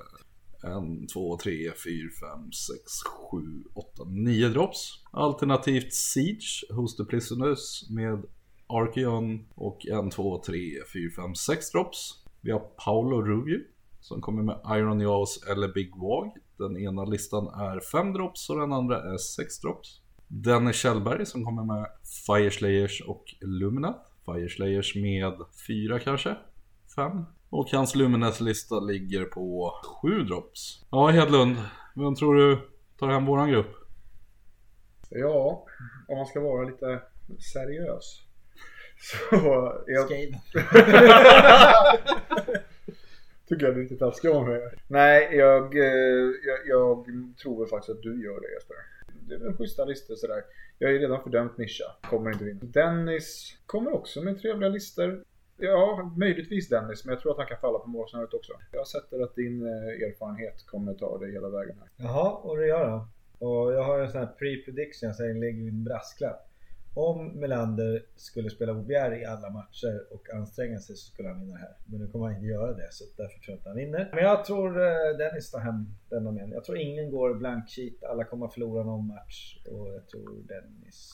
ett, två, tre, fyra, fem, sex, sju, åtta, nio drops. Alternativt Siege, Host the Prisoners med Archeon och ett, två, tre, fyra, fem, sex drops. Vi har Paolo Rubio som kommer med Iron Jaws eller Big Wog. Den ena listan är fem drops och den andra är sex drops. Dennis Kjellberg som kommer med Fireslayers och Lumineth. Fireslayers med fyra kanske, fem. Och hans Lumineth-lista ligger på sju drops. Ja, Hedlund, vem tror du tar hem våran grupp? Ja, om man ska vara lite seriös så jag... Tycker jag är lite taskig om mig. Nej, jag, jag, jag tror väl faktiskt att du gör det, Jesper. Det är väl schyssta listor sådär. Jag är redan fördömt Nisha. Kommer inte vinna. Dennis kommer också med trevliga listor. Ja, möjligtvis Dennis, men jag tror att han kan falla på målsnöret också. Jag sätter att din erfarenhet kommer ta dig hela vägen här. Jaha, och det gör han. Och jag har en sån här pre-prediction, så jag lägger en brasklapp. Om Melander skulle spela Bobbier i alla matcher och anstränga sig så skulle han vinna här. Men nu kommer han inte göra det, så därför tror jag att han vinner. Men jag tror Dennis tar hem den om igen. Jag tror ingen går blank sheet. Alla kommer att förlora någon match. Och jag tror Dennis...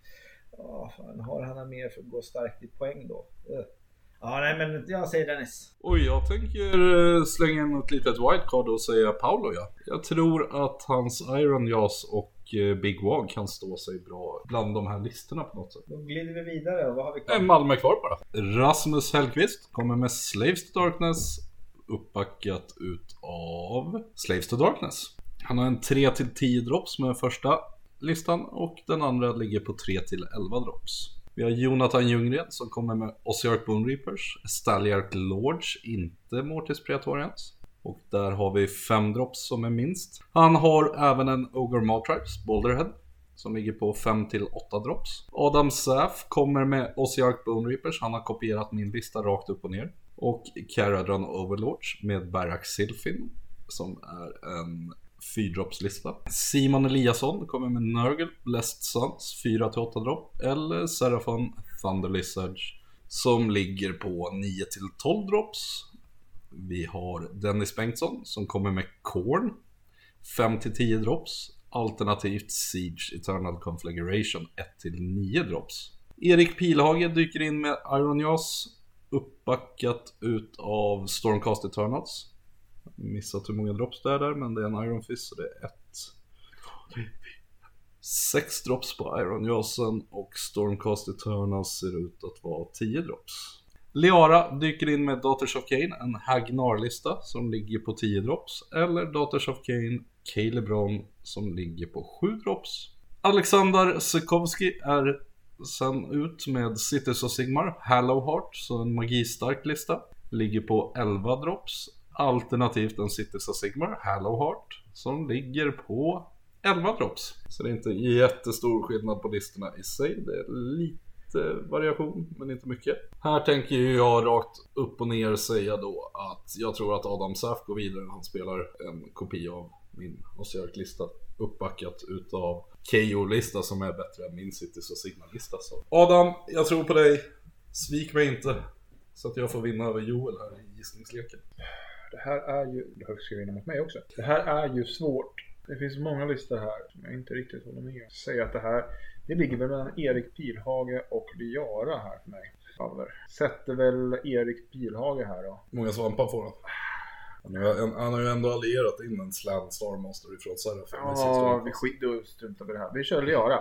Ja, fan, har han mer för att gå starkt i poäng då? Ja, nej, men jag säger Dennis. Oj, jag tänker slänga in ett litet wildcard och säga Paolo, ja. Jag tror att hans Iron Jaws och Big Wag kan stå sig bra bland de här listorna på något sätt. Då glider vi vidare. Vad har vi kvar? En Malmö kvar bara. Rasmus Hellqvist kommer med Slaves to Darkness, uppbackat ut av Slaves to Darkness. Han har en tre till tio drops med första listan och den andra ligger på tre till elva drops. Vi har Jonathan Ljunggren som kommer med Ossiarch Bone Reapers, Staliarch Lords, inte Mortis Praetorians. Och där har vi fem drops som är minst. Han har även en Ogre Maltribes, Boulderhead, som ligger på fem till åtta drops. Adam Saff kommer med Ossiarch Bone Reapers, han har kopierat min lista rakt upp och ner. Och Caradron Overlords med Barak Sylphin, som är en fyrdroppslista. Simon Eliasson kommer med Nurgle, Blessed Sons, fyra till åtta dropp. Eller Seraphon Thunder Lizards, som ligger på nio till tolv drops. Vi har Dennis Bengtsson som kommer med Korn, fem till tio drops. Alternativt Siege Eternal Conflagration, ett till nio drops. Erik Pilhage dyker in med Iron Jaws, uppbackat ut av Stormcast Eternals. Missat hur många drops det är där, men det är en Iron Fist, så det är ett sex drops på Iron Jawsen, och Stormcast Eternals ser ut att vara tio drops. Liara dyker in med Daughters of Cain, en Hagnar-lista som ligger på tio drops, eller Daughters of Cain Calebron som ligger på sju drops. Alexander Sekowski är sen ut med Cities of Sigmar, Hallowheart, så en magistark lista, ligger på elva drops. Alternativt en Cities of Sigmar, Hallowheart, som ligger på elva drops. Så det är inte jättestor skillnad på listorna i sig. Det är lite variation, men inte mycket. Här tänker jag rakt upp och ner säga då att jag tror att Adam Saff går vidare. Han spelar en kopia av min Ossiarch-lista, uppbackat utav K O-lista som är bättre än min Cities of Sigmar-lista. Så Adam, jag tror på dig. Svik mig inte, så att jag får vinna över Joel här i gissningsleken. Det här är ju... Det har skrivit in mot mig också. Det här är ju svårt. Det finns många listor här som jag inte riktigt håller med. Säger att det här... Det ligger väl mellan Erik Pilhage och Liara här för mig. Faller. Sätter väl Erik Pilhage här då. Många svampar får han. Han har, han har ju ändå allierat in en Slam Starmaster ifrån Seraphon. Ja, vi skiter och struntar på det här. Vi kör Liara.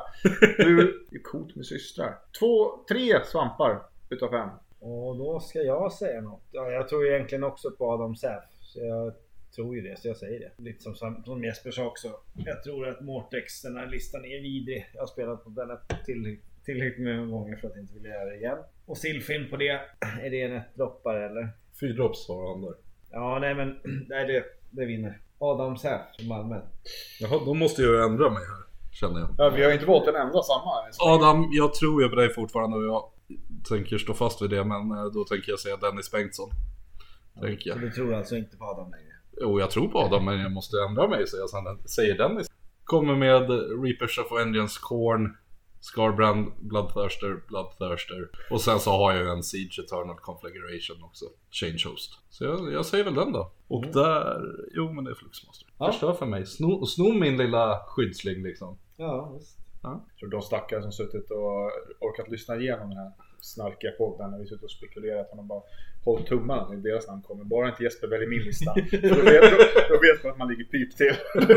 Du är coolt med systrar. Två, tre svampar utav fem. Och då ska jag säga något. Ja, jag tror egentligen också på Adam Saff. Så jag tror ju det, så jag säger det. Lite som, som Jesper sa också. Jag tror att Mortex, den här listan är vidrig. Jag har spelat på den till, tillräckligt många gånger för att inte vilja göra det igen. Och Sylphin på det. Är det en ett droppar eller? Fyra drops har han där. Ja, nej men nej, det, det vinner. Adam Saff i Malmö. Jaha, då måste jag ändra mig här, känner jag. Ja, vi har inte valt en enda samma. Adam, jag tror ju på dig fortfarande och jag tänker stå fast vid det, men då tänker jag säga Dennis Bengtsson. Tänker jag. Så du tror alltså inte på Adam längre? Jo, jag tror på Adam, men jag måste ändra mig, så jag säger Dennis. Kommer med Reapers of Vengeance, Korn, Scarbrand, Bloodthirster, Bloodthirster. Och sen så har jag ju en Siege Eternal Conflagration också, Change Host. Så jag, jag säger väl den då. Och mm. där, jo men det är Fluxmaster. Ja. Förstör för mig, sno, sno min lilla skyddsling liksom. Ja, visst. Ja. Så de stackare som suttit och orkat lyssna igenom den här snarkiga podden när vi suttit och spekulerat, att de bara hållit tummarna i deras namn kommer. Bara inte Jesper väljer min lista. då, vet, då, då vet man att man ligger pyp till.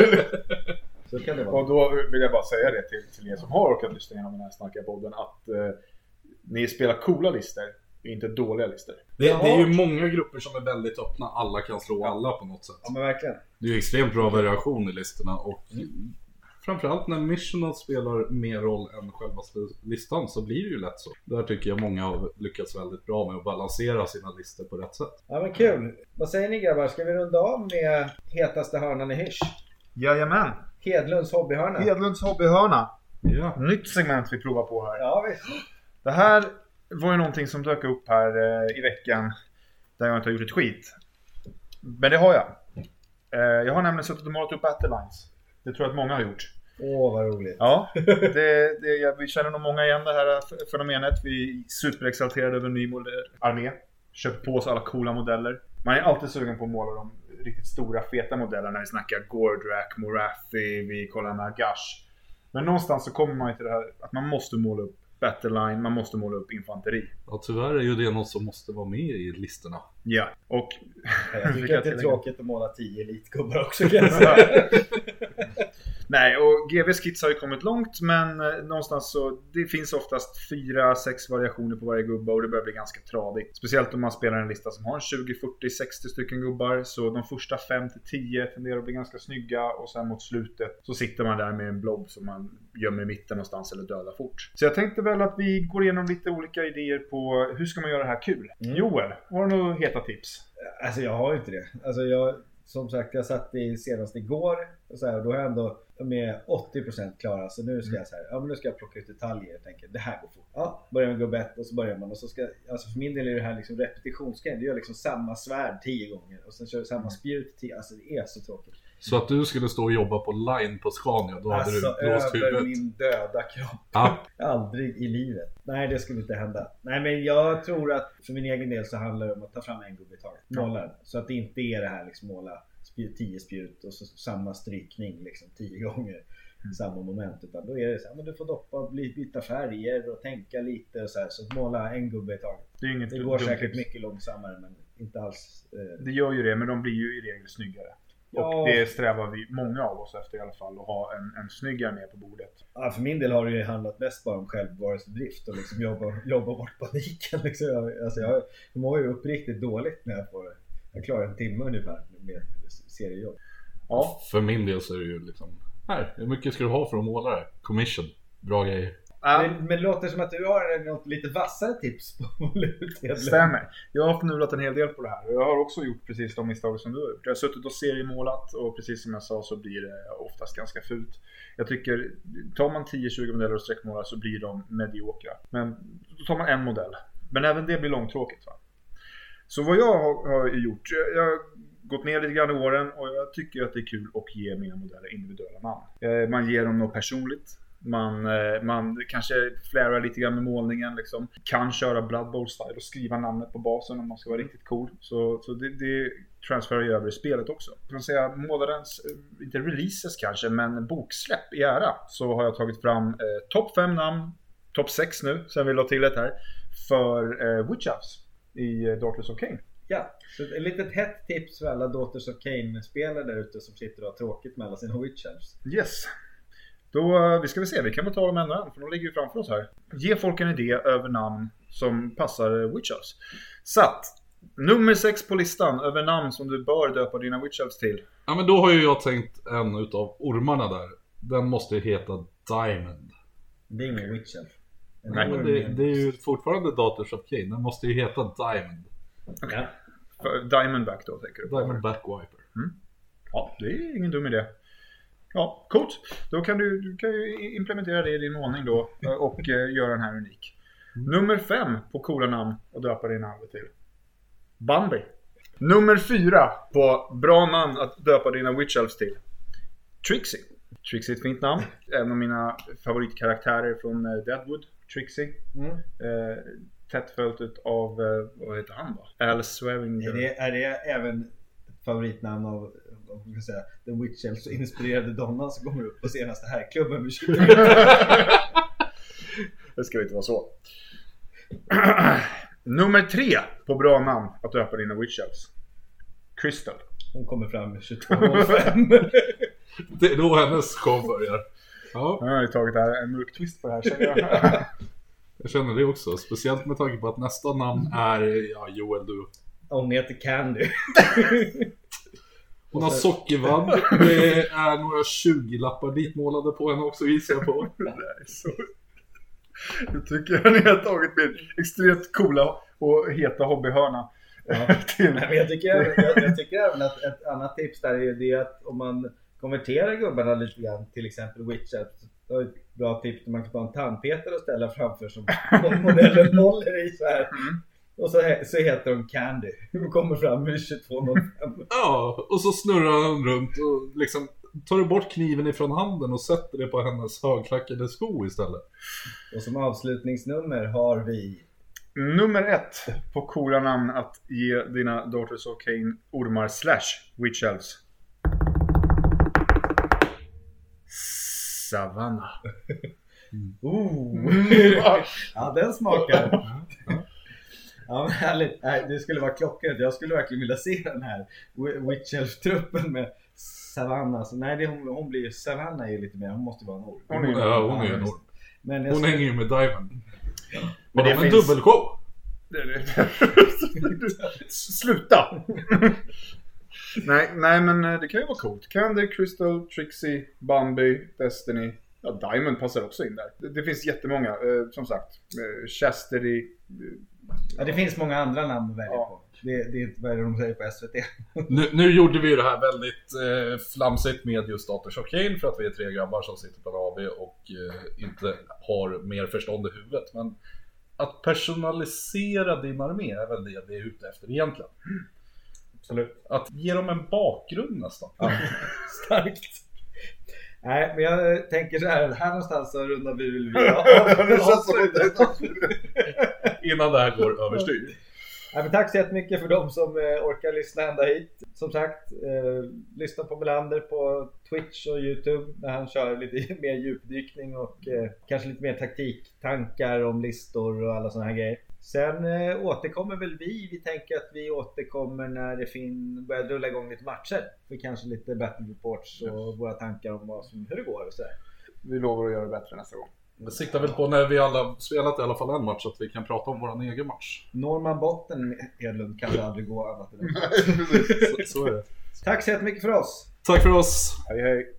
Så kan det vara. Och då vill jag bara säga det till, till er som har orkat lyssna igenom den här snarkiga podden, att eh, ni spelar coola listor, inte dåliga listor. Det, det är ju många grupper som är väldigt öppna. Alla kan slå alla på något sätt. Ja, men verkligen. Det är ju extremt bra variation i listorna. Och framförallt när missional spelar mer roll än själva listan så blir det ju lätt så. Där tycker jag många har lyckats väldigt bra med att balansera sina listor på rätt sätt. Ja men kul. Vad säger ni grabbar? Ska vi runda av med hetaste hörnan i Hysch? Jajamän. Hedlunds hobbyhörna. Hedlunds hobbyhörna. Ja. Nytt segment vi provar på här. Ja visst. Det här var ju någonting som dök upp här eh, i veckan där jag inte har gjort ett skit. Men det har jag. Eh, jag har nämligen suttit och målat upp Battlelines. Det tror jag att många har gjort. Åh vad roligt. Ja, det, det, jag, vi känner nog många igen det här fenomenet. Vi är superexalterade över en ny modell, armé. Köpt på oss alla coola modeller. Man är alltid sugen på att måla de riktigt stora, feta modeller när vi snackar Gordrak, Morathi, vi kollar Nagash. Men någonstans så kommer man till det här att man måste måla upp Battleline, man måste måla upp infanteri. Ja, tyvärr är ju det något som måste vara med i listorna. Ja, och... Jag tycker att det är tråkigt att måla tio elitgubbar också kan jag säga. Nej, och G V:s kits har ju kommit långt, men eh, någonstans så det finns oftast fyra, sex variationer på varje gubba och det börjar bli ganska tradigt. Speciellt om man spelar en lista som har tjugo, fyrtio, sextio stycken gubbar, så de första fem till tio tenderar att bli ganska snygga och sen mot slutet så sitter man där med en blob som man gömmer i mitten någonstans eller dödar fort. Så jag tänkte väl att vi går igenom lite olika idéer på hur ska man göra det här kul. Mm. Joel, har du några heta tips? Alltså jag har ju inte det. Alltså jag, som sagt, jag satt i senast igår och så här, och då har jag ändå med åttio procent klara. Så nu ska jag så här, ja men nu ska jag plocka ut detaljer och tänka, det här går fort. Ja, börjar med gubbe ett och så börjar man och så ska, alltså för min del är det här liksom repetitionsgrejen. Du gör liksom samma svärd tio gånger och sen kör du samma spjut tio, alltså det är så tråkigt. Så att du skulle stå och jobba på line på Scania, då hade alltså, du blåst över huvudet. min döda kropp. Ja. Aldrig i livet. Nej, det skulle inte hända. Nej, men jag tror att för min egen del så handlar det om att ta fram en gubbe i taget. Måla den. Så att det inte är det här liksom måla spjut, tio spjut och så samma strykning liksom tio gånger. Mm. Samma moment. Utan då är det så här, men du får doppa, byta färger och tänka lite och så här. Så måla en gubbe i taget. Det, är inget det går säkert mycket långsammare men inte alls. Eh... Det gör ju det, men de blir ju i regel snyggare. Ja. Och det strävar vi, många av oss efter i alla fall, att ha en, en snyggare med på bordet. Ja, för min del har det ju handlat mest bara om självbevarelsedrift och liksom jobba, jobba bort paniken. Liksom jag, alltså jag, jag mår ju upp riktigt dåligt när jag får, jag klarar en timme ungefär med seriejobb. Ja. För min del så är det ju liksom, här, hur mycket ska du ha för att måla det? Commission, bra grejer. Ja. Men, men det låter som att du har något lite vassare tips på målet. Stämmer. Jag har förnulat en hel del på det här. Och jag har också gjort precis de misstag som du har gjort. Jag har suttit och seriemålat och precis som jag sa så blir det oftast ganska fult. Jag tycker, tar man tio tjugo modeller och sträckmålar så blir de mediokra. Men då tar man en modell. Men även det blir långtråkigt, va? Så vad jag har, har gjort, jag har gått ner lite grann i åren och jag tycker att det är kul att ge mina modeller individuella namn. Man ger dem något personligt. Man, man kanske flärar lite grann med målningen liksom. Kan köra Blood Bowl style och skriva namnet på basen om man ska vara riktigt cool. Så, så det, det transferar ju över i spelet också. Kan man säga målarens, inte releases kanske, men boksläpp i ära. Så har jag tagit fram eh, topp fem namn, topp sex nu, sen vill jag till ett här, för eh, Witch Elves i eh, Daughters of Khaine. Ja, så ett litet hett tips för alla Daughters of Khaine-spelare där ute som sitter och har tråkigt med alla sina Witch Elves. Yes. Då, vi ska vi se, vi kan väl ta dem en och en, för de ligger ju framför oss här. Ge folk en idé över namn som passar Witch Elves. Så att, nummer sex på listan över namn som du bör döpa dina Witch Elves till. Ja, men då har ju jag tänkt en utav ormarna där. Den måste heta Diamond. Det är ingen Witch Elf. Nej, men det, det är ju fortfarande Daughters of Khaine. Den måste ju heta Diamond. Okay. Ja. Diamondback då, tänker du på? Diamondback Wiper. Mm. Ja, det är ingen dum idé. Ja, coolt. Då kan du, du kan ju implementera det i din målning då och uh, göra den här unik. Mm. Nummer fem på coola namn och döpa din namn till. Bambi. Nummer fyra på bra namn att döpa dina Witch Elves till. Trixie. Trixie är ett fint namn. En av mina favoritkaraktärer från uh, Deadwood. Trixie. Mm. Uh, tätt följt av, uh, vad heter han då? Al Swearingen. Är det, är det även favoritnamn av, vad ska jag säga, den Witch Elves inspirerade donnan som kommer upp på senaste herrklubben med tjugo? Det ska inte vara så. Nummer tre på bra namn att döpa dina Witch Elves. Crystal. Hon kommer fram med tjugotvå noll fem. Det är då hennes show börjar. Ja. Jag har tagit här en mörk twist på det här, känner jag. Jag känner det också. Speciellt med tanke på att nästa namn är, ja, Joel, du. Hon heter Candy. Hon har sockervadd. Det är några tjugo-lappar ditmålade på henne också, gissar jag på. Det är så... Jag tycker att ni har tagit med extremt coola och heta hobbyhörna. Ja. till... Men jag, tycker även, jag, jag tycker även att ett annat tips där är det att om man konverterar gubbarna lite grann, till exempel Witcher, då är ett bra tips att man kan ta en tandpetare och ställa framför som modellen håller i så här. Mm. Och så, så heter de Candy. De kommer fram med tjugotvå noll fem. Ja, och så snurrar han runt och liksom tar du bort kniven ifrån handen och sätter det på hennes högklackade sko istället. Och som avslutningsnummer har vi nummer ett på coola namn att ge dina Daughters of Cain ormar slash witch elves. Savannah. Mm. Oh. Ja, den smakar. Ja, men härligt. Nej, det skulle vara klockrent. Jag skulle verkligen vilja se den här Witch Elf-truppen med Savannah. Så, nej, det, hon, hon blir ju Savannah är ju lite mer. Hon måste vara en orm. Hon är, ja, hon är en orm. Men hon hänger ju med Diamond. Ja. Men det är en finns... dubbelshow. Sluta. nej, nej, men det kan ju vara coolt. Candy, Crystal, Trixie, Bambi, Destiny. Ja, Diamond passar också in där. Det, det finns jättemånga, eh, som sagt. Eh, Chastity. Eh, ja, det finns många andra namn att välja ja. på. Det, det är inte vad de säger på S V T. nu, nu gjorde vi det här väldigt eh, flamsigt med just Daughters of Cain för att vi är tre grabbar som sitter på en A B och eh, inte har mer förstånd i huvudet. Men att personalisera din armé är väl det vi är ute efter egentligen. Absolut. Att ge dem en bakgrund nästan. Ja. Starkt. Nej, men jag tänker så här, här någonstans så rundar vi vill vi ha. Innan det här går överstyr. Ja, men tack så jättemycket för de som eh, orkar lyssna ända hit. Som sagt, eh, lyssna på Melander på Twitch och YouTube när han kör lite mer djupdykning och eh, kanske lite mer taktiktankar om listor och alla såna här grejer. Sen eh, återkommer väl vi. Vi tänker att vi återkommer när det fin- börjar rulla igång lite matcher. För kanske lite battle reports och yes. våra tankar om vad som, hur det går och så där. Vi lovar att göra det bättre nästa gång. Det siktar väl på när vi alla spelat i alla fall en match så att vi kan prata om våran egen match. Norman Botten Edlund kan det aldrig gå annat än så, så är det. Tack så jättemycket för oss. Tack för oss. Hej hej.